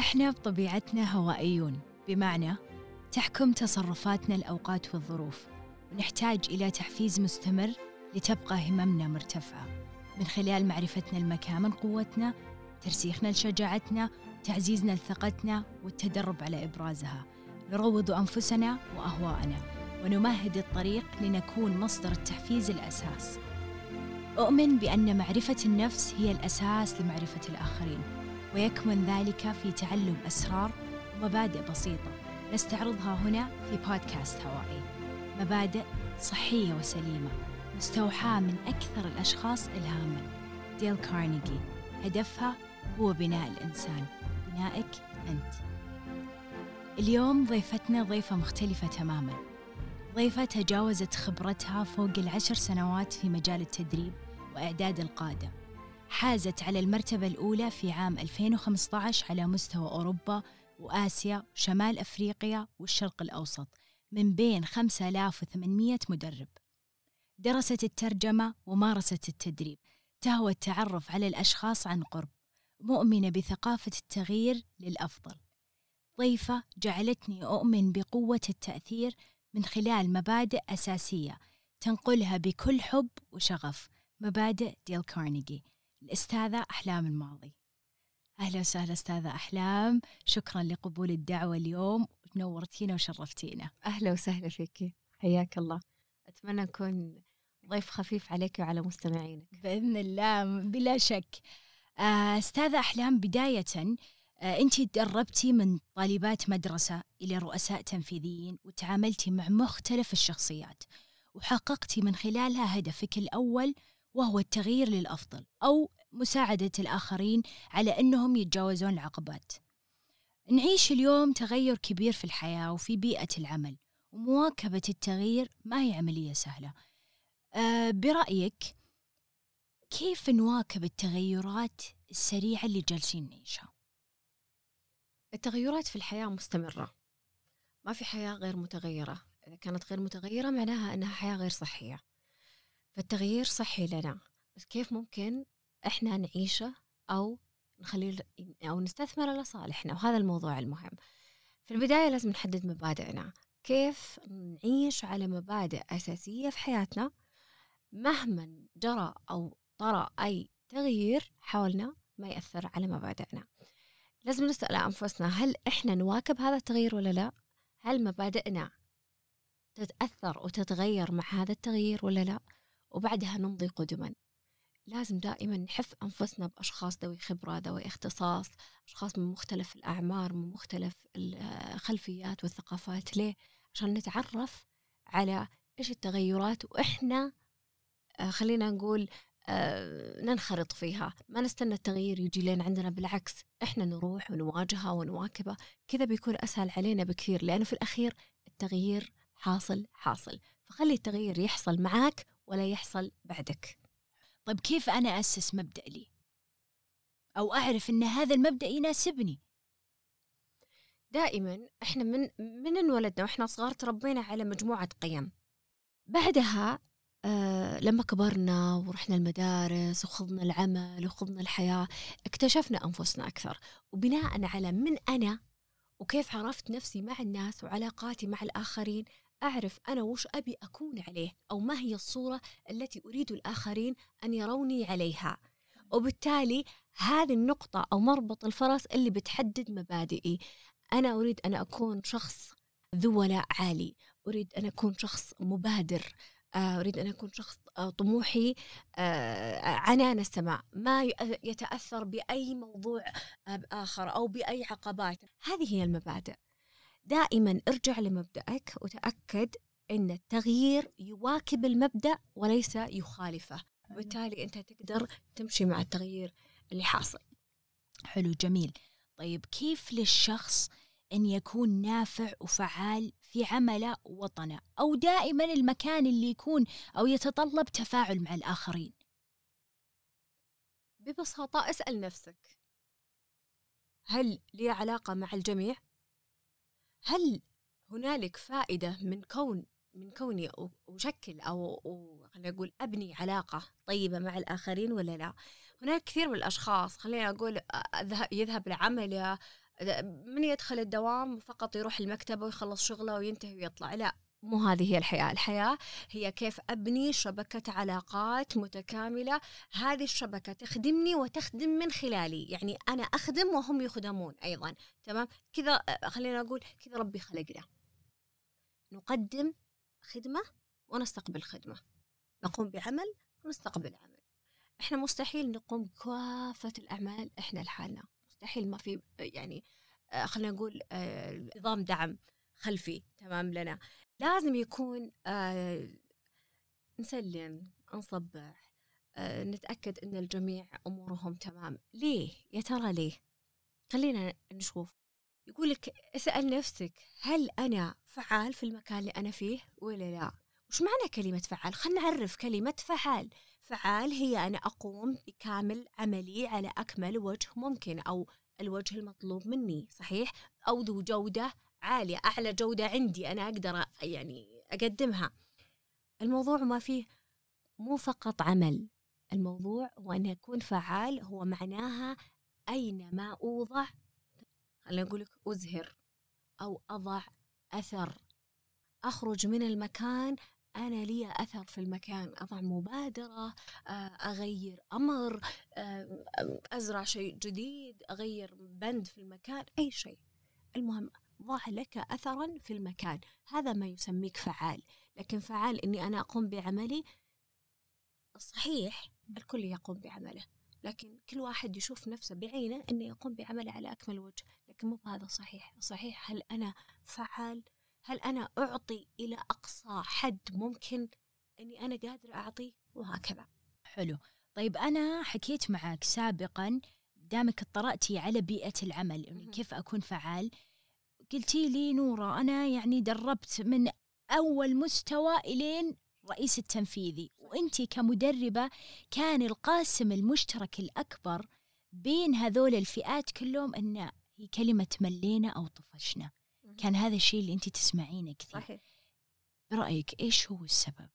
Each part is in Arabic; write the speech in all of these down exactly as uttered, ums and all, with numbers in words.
إحنا بطبيعتنا هوائيون، بمعنى تحكم تصرفاتنا الأوقات والظروف، ونحتاج إلى تحفيز مستمر لتبقى هممنا مرتفعة من خلال معرفتنا المكامن قوتنا، ترسيخنا لشجاعتنا، تعزيزنا لثقتنا والتدرب على إبرازها. نروض أنفسنا وأهواءنا ونمهد الطريق لنكون مصدر التحفيز الأساس. أؤمن بأن معرفة النفس هي الأساس لمعرفة الآخرين، ويكمن ذلك في تعلم أسرار ومبادئ بسيطة نستعرضها هنا في بودكاست هوائي. مبادئ صحية وسليمة مستوحاة من أكثر الأشخاص إلهاماً، ديل كارنيغي. هدفها هو بناء الإنسان، بنائك أنت. اليوم ضيفتنا ضيفة مختلفة تماماً، ضيفة تجاوزت خبرتها فوق العشر سنوات في مجال التدريب وإعداد القادة. حازت على المرتبة الأولى في عام ألفين وخمسة عشر على مستوى أوروبا وآسيا وشمال أفريقيا والشرق الأوسط من بين خمسة آلاف وثمانمائة مدرب. درست الترجمة ومارست التدريب، تهوى التعرف على الأشخاص عن قرب، مؤمنة بثقافة التغيير للأفضل. ضيفة جعلتني أؤمن بقوة التأثير من خلال مبادئ أساسية تنقلها بكل حب وشغف، مبادئ ديل كارنيغي. الأستاذة أحلام الماضي. أهلا وسهلا أستاذة أحلام، شكرا لقبول الدعوة اليوم، نورتينا وشرفتينا. أهلا وسهلا فيك، حياك الله. أتمنى أكون ضيف خفيف عليك وعلى مستمعينك بإذن الله، بلا شك. أستاذة أحلام، بداية أنتي تدربتي من طالبات مدرسة إلى رؤساء تنفيذيين، وتعاملتي مع مختلف الشخصيات، وحققتي من خلالها هدفك الأول، وهو التغيير للأفضل أو مساعدة الآخرين على أنهم يتجاوزون العقبات. نعيش اليوم تغير كبير في الحياة وفي بيئة العمل، ومواكبة التغيير ما هي عملية سهلة. أه برأيك كيف نواكب التغيرات السريعة اللي جالسين نعيشها؟ التغيرات في الحياة مستمرة، ما في حياة غير متغيرة. إذا كانت غير متغيرة معناها أنها حياة غير صحية. فالتغيير صحي لنا، بس كيف ممكن إحنا نعيشه أو نخليه أو نستثمر لصالحنا؟ وهذا الموضوع المهم. في البداية لازم نحدد مبادئنا، كيف نعيش على مبادئ أساسية في حياتنا مهما جرى أو طرأ أي تغيير حولنا ما يأثر على مبادئنا. لازم نسأل أنفسنا، هل إحنا نواكب هذا التغيير ولا لا؟ هل مبادئنا تتأثر وتتغير مع هذا التغيير ولا لا؟ وبعدها نمضي قدما. لازم دائما نحف أنفسنا بأشخاص ذوي خبرة، ذوي اختصاص، أشخاص من مختلف الأعمار، من مختلف الخلفيات والثقافات. ليه؟ عشان نتعرف على إيش التغيرات، وإحنا آه خلينا نقول آه ننخرط فيها، ما نستنى التغيير يجي لين عندنا، بالعكس إحنا نروح ونواجهها ونواكبها. كذا بيكون أسهل علينا بكثير، لأنه في الأخير التغيير حاصل حاصل، فخلي التغيير يحصل معاك ولا يحصل بعدك. طيب كيف أنا أسس مبدأ لي أو أعرف أن هذا المبدأ يناسبني؟ دائما إحنا من من انولدنا وإحنا صغار تربينا على مجموعة قيم. بعدها آه لما كبرنا ورحنا المدارس وخضنا العمل وخضنا الحياة، اكتشفنا أنفسنا أكثر، وبناء على من أنا وكيف عرفت نفسي مع الناس وعلاقاتي مع الآخرين، أعرف أنا وش أبي أكون عليه، أو ما هي الصورة التي أريد الآخرين أن يروني عليها. وبالتالي هذه النقطة أو مربط الفرس اللي بتحدد مبادئي. أنا أريد أن أكون شخص ذو ولاء عالي، أريد أن أكون شخص مبادر، أريد أن أكون شخص طموحي عنان السماء، ما يتأثر بأي موضوع آخر أو بأي عقبات. هذه هي المبادئ. دائما ارجع لمبدأك وتأكد أن التغيير يواكب المبدأ وليس يخالفه، وبالتالي أنت تقدر تمشي مع التغيير اللي حاصل. حلو، جميل. طيب كيف للشخص أن يكون نافع وفعال في عمله ووطنه، أو دائما المكان اللي يكون أو يتطلب تفاعل مع الآخرين؟ ببساطة اسأل نفسك، هل لي علاقة مع الجميع؟ هل هنالك فائدة من كون من كوني أشكل أو خلينا أقول أبني علاقة طيبة مع الآخرين ولا لا؟ هناك كثير من الأشخاص خلينا أقول يذهب لعمله من يدخل الدوام فقط يروح المكتب ويخلص شغله وينتهي ويطلع. لا، مو هذه هي الحياة. الحياة هي كيف أبني شبكة علاقات متكاملة، هذه الشبكة تخدمني وتخدم من خلالي، يعني أنا أخدم وهم يخدمون أيضا. تمام كذا، خلينا نقول كذا ربي خلقنا، نقدم خدمة ونستقبل خدمة، نقوم بعمل ونستقبل عمل. إحنا مستحيل نقوم بكافة الأعمال إحنا لحالنا، مستحيل. ما في يعني خلينا نقول نظام دعم خلفي تمام لنا. لازم يكون آه نسلم، نصبح، آه نتأكد أن الجميع أمورهم تمام. ليه يا ترى ليه؟ خلينا نشوف. يقولك اسأل نفسك، هل أنا فعال في المكان اللي أنا فيه ولا لا؟ وش معنى كلمة فعال؟ خلنا نعرف كلمة فعال. فعال هي أنا أقوم بكامل عملي على أكمل وجه ممكن، أو الوجه المطلوب مني، صحيح؟ أو ذو جودة عالية، أعلى جودة عندي أنا أقدر يعني أقدمها. الموضوع ما فيه مو فقط عمل، الموضوع هو أن يكون فعال، هو معناها أينما أوضع، خلينا نقولك أزهر أو أضع أثر، أخرج من المكان أنا لي أثر في المكان، أضع مبادرة، أغير أمر، أزرع شيء جديد، أغير بند في المكان، أي شيء، المهم ضع لك أثرا في المكان، هذا ما يسميك فعال. لكن فعال إني أنا أقوم بعملي، الصحيح الكل يقوم بعمله، لكن كل واحد يشوف نفسه بعينه إنه يقوم بعمله على أكمل وجه، لكن مو هذا صحيح. صحيح هل أنا فعال؟ هل أنا أعطي إلى أقصى حد ممكن أني أنا قادرة أعطي؟ وهكذا. حلو. طيب أنا حكيت معك سابقا دامك اطرأتي على بيئة العمل يعني كيف أكون فعال، قلتي لي نورة أنا يعني دربت من أول مستوى إلين رئيس التنفيذي، وأنتي كمدربة كان القاسم المشترك الأكبر بين هذول الفئات كلهم أن هي كلمة ملينا أو طفشنا. كان هذا الشيء اللي أنتي تسمعينه كثير. صحيح. برأيك إيش هو السبب؟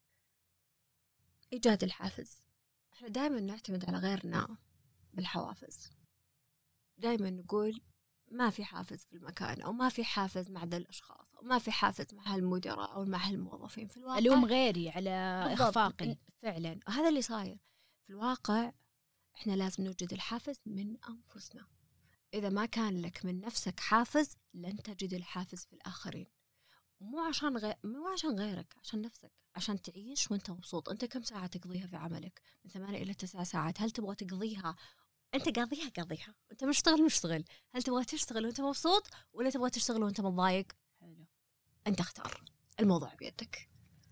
إيجاد الحافز. إحنا دائما نعتمد على غيرنا بالحوافز، دائما نقول ما في حافز في المكان، أو ما في حافز مع ذا الأشخاص، أو ما في حافز مع هالمدراء أو مع هالموظفين. في الواقع ألوم غيري على إخفاقي. فعلا هذا اللي صاير في الواقع. إحنا لازم نوجد الحافز من أنفسنا. إذا ما كان لك من نفسك حافز لن تجد الحافز في الآخرين. مو عشان غير مو عشان غيرك، عشان نفسك، عشان تعيش وانت مبسوط. انت كم ساعة تقضيها في عملك؟ من ثمانية إلى تسعة ساعات. هل تبغى تقضيها انت قاضيها قاضيها انت مشتغل مشتغل؟ هل تبغى تشتغل وانت مبسوط ولا تبغى تشتغل وانت متضايق؟ حلو. انت اختار، الموضوع بيدك.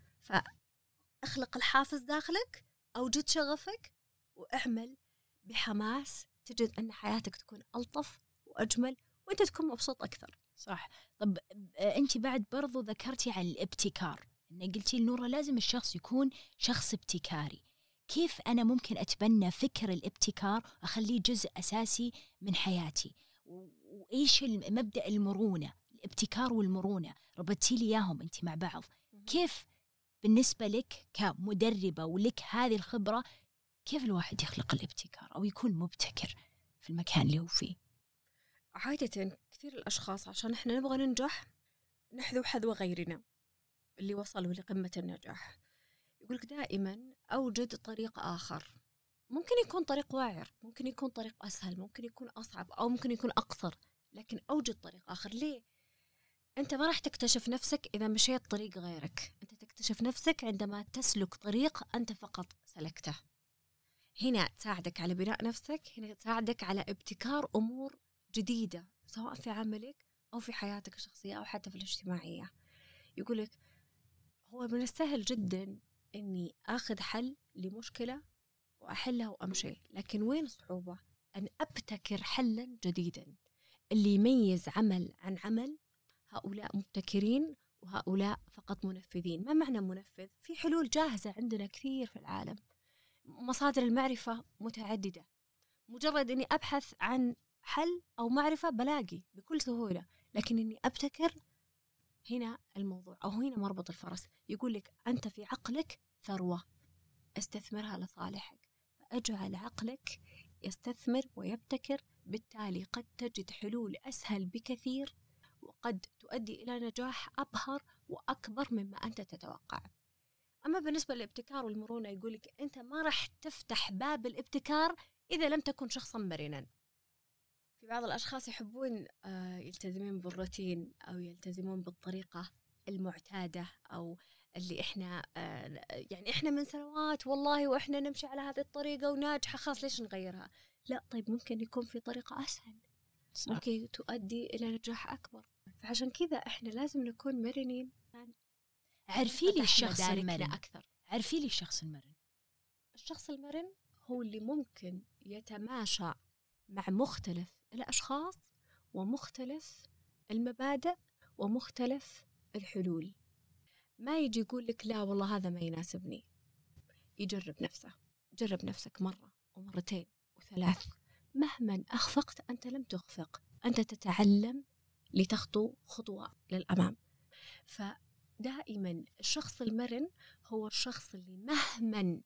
فاخلق الحافز داخلك، اوجد شغفك، واعمل بحماس، تجد ان حياتك تكون ألطف واجمل وانت تكون مبسوط اكثر. صح. طب انت بعد برضو ذكرتي عن الابتكار، ان قلتي لنورة لازم الشخص يكون شخص ابتكاري. كيف أنا ممكن أتبنى فكر الابتكار وأخليه جزء أساسي من حياتي؟ وإيش مبدأ المرونة، الابتكار والمرونة ربطتي لي إياهم أنت مع بعض. كيف بالنسبة لك كمدربة ولك هذه الخبرة، كيف الواحد يخلق الابتكار أو يكون مبتكر في المكان اللي هو فيه؟ عادة كثير الأشخاص عشان إحنا نبغى ننجح نحذو حذو غيرنا اللي وصلوا لقمة النجاح. يقولك دائما أوجد طريق آخر، ممكن يكون طريق واعر، ممكن يكون طريق أسهل، ممكن يكون أصعب، أو ممكن يكون أقصر، لكن أوجد طريق آخر. ليه؟ أنت ما راح تكتشف نفسك إذا مشيت طريق غيرك، أنت تكتشف نفسك عندما تسلك طريق أنت فقط سلكته. هنا تساعدك على بناء نفسك، هنا تساعدك على ابتكار أمور جديدة سواء في عملك أو في حياتك الشخصية أو حتى في الاجتماعية. يقولك هو من السهل جدا أني أخذ حل لمشكلة وأحلها وأمشي، لكن وين الصعوبة؟ أن أبتكر حلا جديدا. اللي يميز عمل عن عمل هؤلاء مبتكرين وهؤلاء فقط منفذين. ما معنى منفذ؟ في حلول جاهزة عندنا كثير في العالم، مصادر المعرفة متعددة، مجرد أني أبحث عن حل أو معرفة بلاقي بكل سهولة. لكن أني أبتكر، هنا الموضوع أو هنا مربط الفرس. يقول لك أنت في عقلك ثروة، استثمرها لصالحك، فأجعل عقلك يستثمر ويبتكر بالتالي قد تجد حلول أسهل بكثير، وقد تؤدي إلى نجاح أبهر وأكبر مما أنت تتوقع. أما بالنسبة للابتكار والمرونة، يقولك أنت ما راح تفتح باب الابتكار إذا لم تكن شخصا مرنا. في بعض الأشخاص يحبون يلتزمون بالروتين أو يلتزمون بالطريقة المعتادة أو اللي إحنا يعني إحنا من سنوات والله وإحنا نمشي على هذه الطريقة وناجحة، خلاص ليش نغيرها؟ لا، طيب ممكن يكون في طريقة أسهل صح. ممكن تؤدي إلى نجاح أكبر. فعشان كذا إحنا لازم نكون مرنين. عرفي لي الشخص المرن أكثر. عرفي لي الشخص المرن. الشخص المرن هو اللي ممكن يتماشى مع مختلف الأشخاص ومختلف المبادئ ومختلف الحلول. ما يجي يقول لك لا والله هذا ما يناسبني. يجرب نفسه. جرب نفسك مرة ومرتين وثلاث. مهما أخفقت أنت لم تخفق، أنت تتعلم لتخطو خطوة للأمام. فدائما الشخص المرن هو الشخص اللي مهما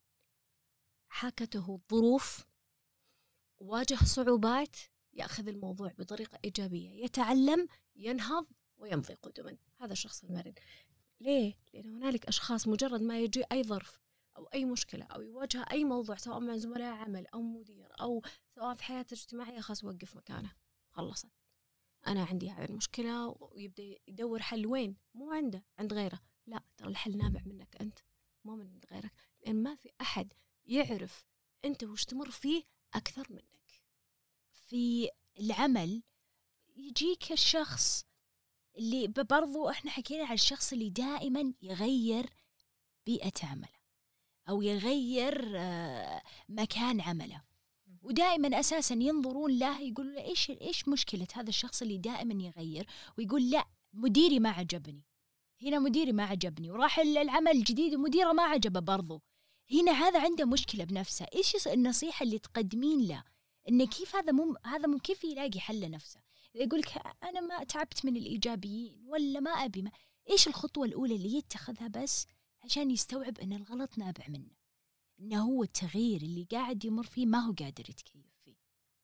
حاكته الظروف واجه صعوبات يأخذ الموضوع بطريقة إيجابية، يتعلم، ينهض ويمضي قدما. هذا الشخص المرن. ليه؟ لأن هنالك أشخاص مجرد ما يجي أي ظرف أو أي مشكلة أو يواجه أي موضوع سواء مع زملاء عمل أو مدير أو سواء في حياته الاجتماعية، خلاص وقف مكانه، خلصت، أنا عندي هذه المشكلة، ويبدأ يدور حل وين؟ مو عنده، عند غيره. لا، ترى الحل نابع منك أنت مو من عند غيرك، لأن ما في أحد يعرف أنت وش تمر فيه أكثر منك. في العمل يجيك الشخص اللي برضو احنا حكينا على الشخص اللي دائما يغير بيئة عمله أو يغير مكان عمله، ودائما أساسا ينظرون له يقولوا إيش إيش مشكلة هذا الشخص اللي دائما يغير، ويقول لا مديري ما عجبني، هنا مديري ما عجبني، وراح العمل الجديد ومديره ما عجبه برضو، هنا هذا عنده مشكلة بنفسه. إيش النصيحة اللي تقدمين له إن كيف هذا مم هذا مم كيف يلاقي حل لنفسه؟ يقولك أنا ما تعبت من الإيجابيين ولا ما أبي ما. إيش الخطوة الأولى اللي يتخذها بس عشان يستوعب أن الغلط نابع منه، إنه هو التغيير اللي قاعد يمر فيه ما هو قادر يتكيف فيه؟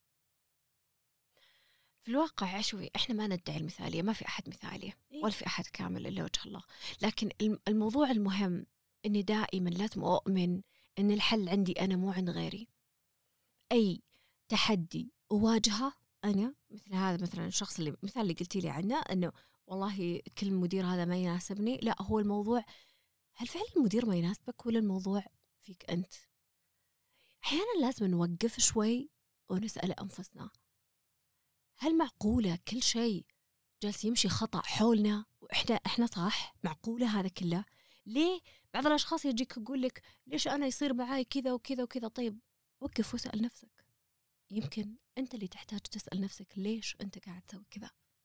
في الواقع عشوي إحنا ما ندعي المثالية، ما في أحد مثالي ولا في أحد كامل إلا وجه الله. لكن الموضوع المهم إني دائما لازم أؤمن إن الحل عندي أنا مو عند غيري. أي تحدي أواجهه أنا، مثل هذا مثلا الشخص اللي مثال اللي قلتي لي عنه إنه والله كل مدير هذا ما يناسبني، لا، هو الموضوع هل فعلا المدير ما يناسبك ولا الموضوع فيك أنت؟ أحيانا لازم نوقف شوي ونسأل أنفسنا، هل معقولة كل شيء جالس يمشي خطأ حولنا وإحنا إحنا صح؟ معقولة هذا كله؟ ليه بعض الأشخاص يجيك يقول لك ليش أنا يصير معاي كذا وكذا وكذا؟ طيب وقف واسأل نفسك، يمكن أنت اللي تحتاج تسأل نفسك ليش أنت قاعد تسوي كذا؟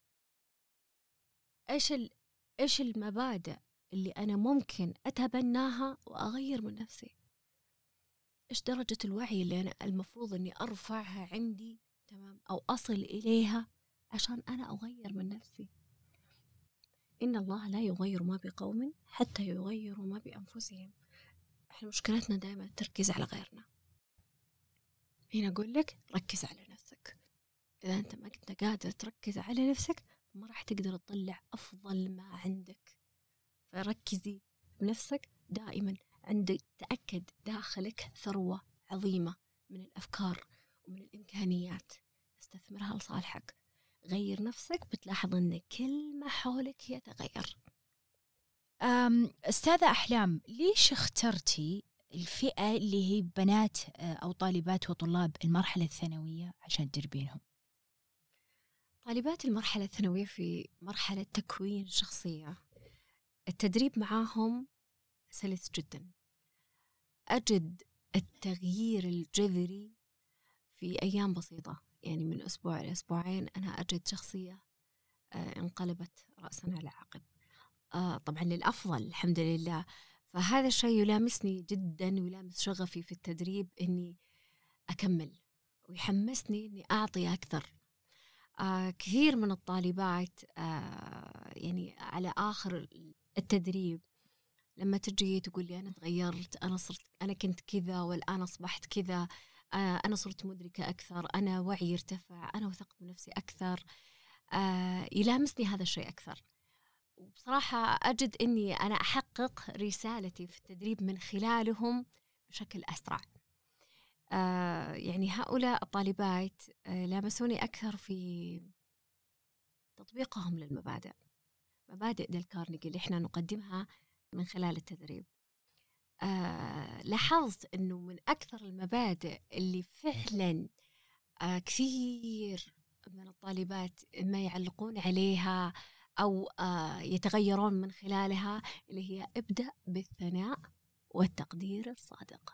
إيش ال إيش المبادئ اللي أنا ممكن أتبناها وأغير من نفسي؟ إيش درجة الوعي اللي أنا المفروض أني أرفعها عندي، تمام، أو أصل إليها عشان أنا أغير من نفسي؟ إن الله لا يغير ما بقوم حتى يغيروا ما بأنفسهم. إحنا مشكلتنا دائما التركيز على غيرنا. هنا أقول لك ركز على نفسك. إذا أنت ما كنت قادر تركز على نفسك ما راح تقدر تطلع أفضل ما عندك. فركزي بنفسك دائما. عندك تأكد داخلك ثروة عظيمة من الأفكار ومن الإمكانيات، استثمرها لصالحك. غير نفسك بتلاحظ أن كل ما حولك يتغير. أستاذة أحلام، ليش اخترتي الفئة اللي هي بنات أو طالبات وطلاب المرحلة الثانوية عشان تدربينهم؟ طالبات المرحلة الثانوية في مرحلة تكوين شخصية، التدريب معاهم سلس جدا. أجد التغيير الجذري في أيام بسيطة، يعني من أسبوع لأسبوعين أنا أجد شخصية انقلبت رأسا على عقب، طبعا للأفضل الحمد لله. فهذا الشيء يلامسني جدا ويلامس شغفي في التدريب إني أكمل، ويحمسني إني أعطي أكثر. آه كثير من الطالبات آه يعني على آخر التدريب لما تجي تقول لي أنا تغيرت، أنا صرت، أنا كنت كذا والآن أصبحت كذا، آه أنا صرت مدركة أكثر، أنا وعي ارتفع، أنا وثقت بنفسي أكثر، آه يلامسني هذا الشيء أكثر. وبصراحة أجد أني أنا أحقق رسالتي في التدريب من خلالهم بشكل أسرع. آه يعني هؤلاء الطالبات آه لامسوني أكثر في تطبيقهم للمبادئ، مبادئ ديل كارنيجي اللي إحنا نقدمها من خلال التدريب. آه لاحظت أنه من أكثر المبادئ اللي فعلا آه كثير من الطالبات ما يعلقون عليها أو آه يتغيرون من خلالها، اللي هي ابدأ بالثناء والتقدير الصادق.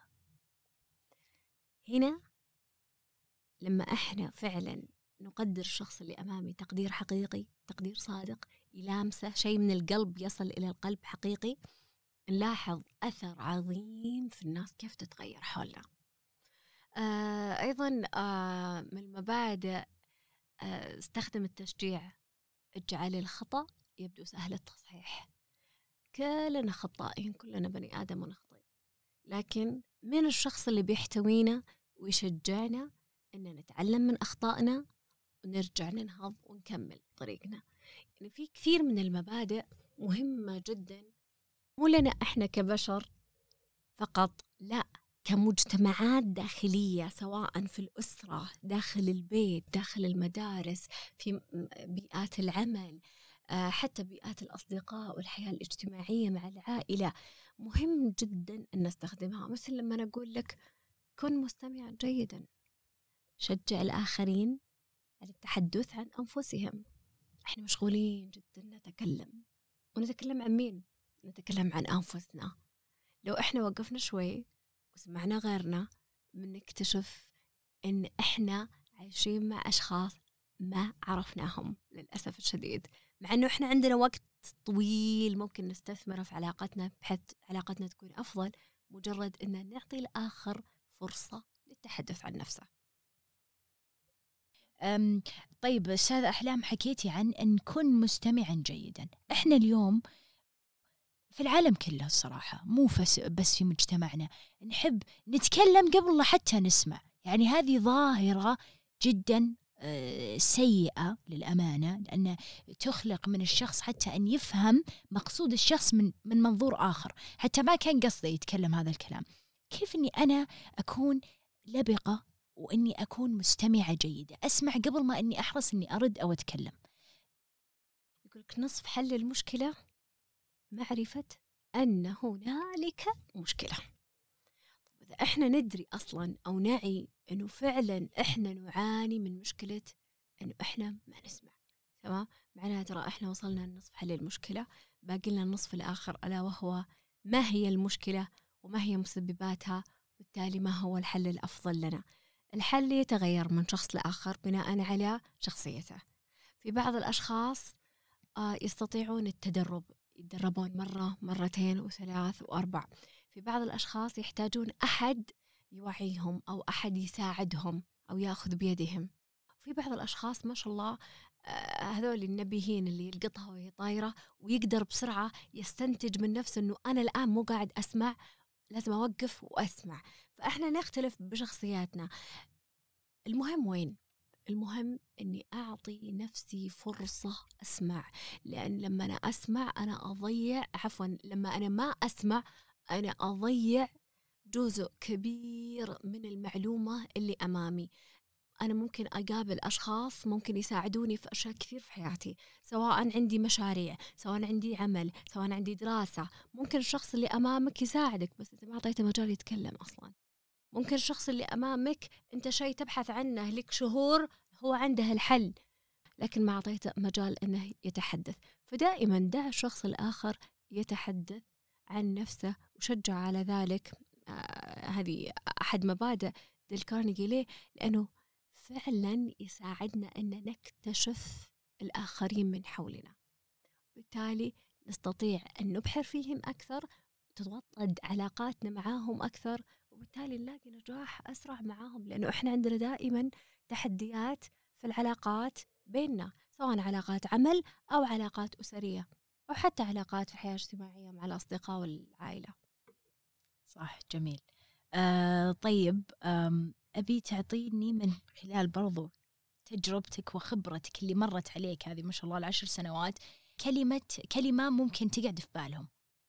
هنا لما احنا فعلا نقدر الشخص اللي أمامي تقدير حقيقي، تقدير صادق يلامسه، شيء من القلب يصل إلى القلب حقيقي، نلاحظ أثر عظيم في الناس كيف تتغير حولنا. آه أيضا آه من المبادئ آه استخدم التشجيع، اجعل الخطأ يبدو سهل التصحيح. كلنا خطائين، كلنا بني آدم ونخطئ، لكن من الشخص اللي بيحتوينا ويشجعنا إن نتعلم من أخطائنا ونرجع ننهض ونكمل طريقنا. يعني في كثير من المبادئ مهمة جدا، مو لنا إحنا كبشر فقط، لا، كمجتمعات داخلية، سواء في الأسرة، داخل البيت، داخل المدارس، في بيئات العمل، حتى بيئات الأصدقاء والحياة الاجتماعية مع العائلة. مهم جدا أن نستخدمها. مثل لما نقول لك كن مستمعا جيدا، شجع الآخرين على التحدث عن أنفسهم. احنا مشغولين جدا نتكلم، ونتكلم عن مين؟ نتكلم عن أنفسنا. لو احنا وقفنا شوي وسمعنا غيرنا بنكتشف ان احنا عايشين مع اشخاص ما عرفناهم للأسف الشديد، مع انه احنا عندنا وقت طويل ممكن نستثمره في علاقتنا بحيث علاقتنا تكون افضل، مجرد ان نعطي الاخر فرصة للتحدث عن نفسه. أم طيب أستاذ أحلام، حكيتي عن أن نكون مستمعا جيدا. إحنا اليوم في العالم كله الصراحة، مو بس في مجتمعنا، نحب نتكلم قبل لا حتى نسمع. يعني هذه ظاهرة جدا سيئة للأمانة، لأن تخلق من الشخص حتى أن يفهم مقصود الشخص من من منظور آخر، حتى ما كان قصده يتكلم هذا الكلام. كيف أني أنا أكون لبقة وإني أكون مستمعة جيدة، أسمع قبل ما إني أحرص إني أرد أو أتكلم؟ يقولك نصف حل المشكلة معرفة أن هنالك مشكلة. إذا إحنا ندري أصلاً أو نعي أنه فعلاً إحنا نعاني من مشكلة أنه إحنا ما نسمع، تمام، معناها ترى إحنا وصلنا لنصف حل المشكلة، باقي لنا النصف الآخر، ألا وهو ما هي المشكلة وما هي مسبباتها، بالتالي ما هو الحل الأفضل لنا. الحل يتغير من شخص لآخر بناء على شخصيته. في بعض الأشخاص يستطيعون التدرب، يتدربون مرة مرتين وثلاث وأربع. في بعض الأشخاص يحتاجون أحد يوعيهم أو أحد يساعدهم أو يأخذ بيدهم. في بعض الأشخاص ما شاء الله هذول النبيهين اللي يلقطها وهي طايرة ويقدر بسرعة يستنتج من نفسه أنه أنا الآن مو قاعد أسمع، لازم أوقف وأسمع. فإحنا نختلف بشخصياتنا. المهم وين؟ المهم أني أعطي نفسي فرصة أسمع، لأن لما أنا أسمع أنا أضيع عفوا لما أنا ما أسمع أنا أضيع جزء كبير من المعلومة اللي أمامي. أنا ممكن أقابل أشخاص ممكن يساعدوني في أشياء كثير في حياتي، سواء عندي مشاريع، سواء عندي عمل، سواء عندي دراسة. ممكن الشخص اللي أمامك يساعدك بس أنت ما أعطيته مجال يتكلم أصلاً. ممكن الشخص اللي أمامك أنت شيء تبحث عنه لك شهور هو عنده الحل، لكن ما أعطيته مجال أنه يتحدث. فدائما دع الشخص الآخر يتحدث عن نفسه وشجع على ذلك. آه هذه أحد مبادئ ديل كارنيجي. ليه؟ لأنه فعلا يساعدنا أن نكتشف الآخرين من حولنا، بالتالي نستطيع أن نبحر فيهم أكثر، تتوطد علاقاتنا معاهم أكثر، وبالتالي نلاقي نجاح أسرع معاهم، لأنه إحنا عندنا دائما تحديات في العلاقات بيننا، سواء علاقات عمل أو علاقات أسرية أو حتى علاقات في الحياة الاجتماعية مع الأصدقاء والعائلة. صح، جميل. آه طيب، أبي تعطيني من خلال برضو تجربتك وخبرتك اللي مرت عليك هذه ما شاء الله العشر سنوات، كلمة كلمة ممكن تقعد في بالهم.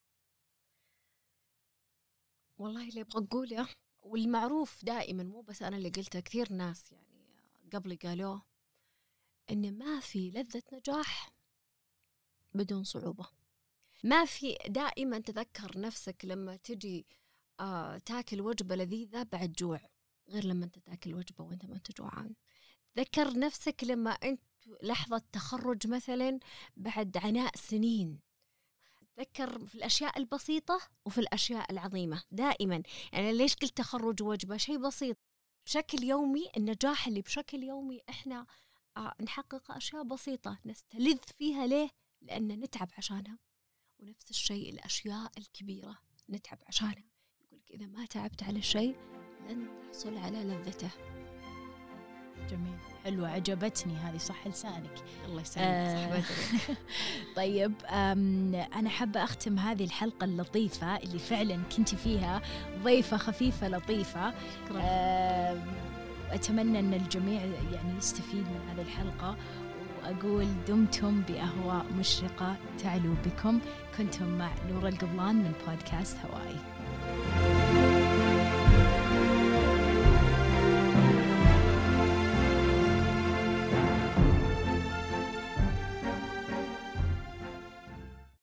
والله اللي أبغى أقوله والمعروف دائما، مو بس أنا اللي قلتها، كثير ناس يعني قبلي قالوه، إن ما في لذة نجاح بدون صعوبة. ما في، دائما تذكر نفسك لما تجي آه تاكل وجبة لذيذة بعد جوع، غير لما أنت تاكل وجبة وأنت ما أنت جوعان. تذكر نفسك لما أنت لحظة تخرج مثلا بعد عناء سنين. تذكر في الأشياء البسيطة وفي الأشياء العظيمة دائما. يعني ليش قلت تخرج وجبة؟ شيء بسيط بشكل يومي. النجاح اللي بشكل يومي إحنا آه نحقق أشياء بسيطة نستلذ فيها. ليه؟ لأن نتعب عشانها. ونفس الشيء الأشياء الكبيرة نتعب عشانها. يقولك إذا ما تعبت على شيء لن تحصل على لذته. جميل، حلوة، عجبتني هذه، صح لسانك. الله يسلمك. آه طيب أنا حابة أختم هذه الحلقة اللطيفة اللي فعلا كنت فيها ضيفة خفيفة لطيفة. أتمنى أن الجميع يعني يستفيد من هذه الحلقة، وأقول دمتم بأهواء مشرقة تعلو بكم. كنتم مع نورة القبلان من بودكاست هوائي.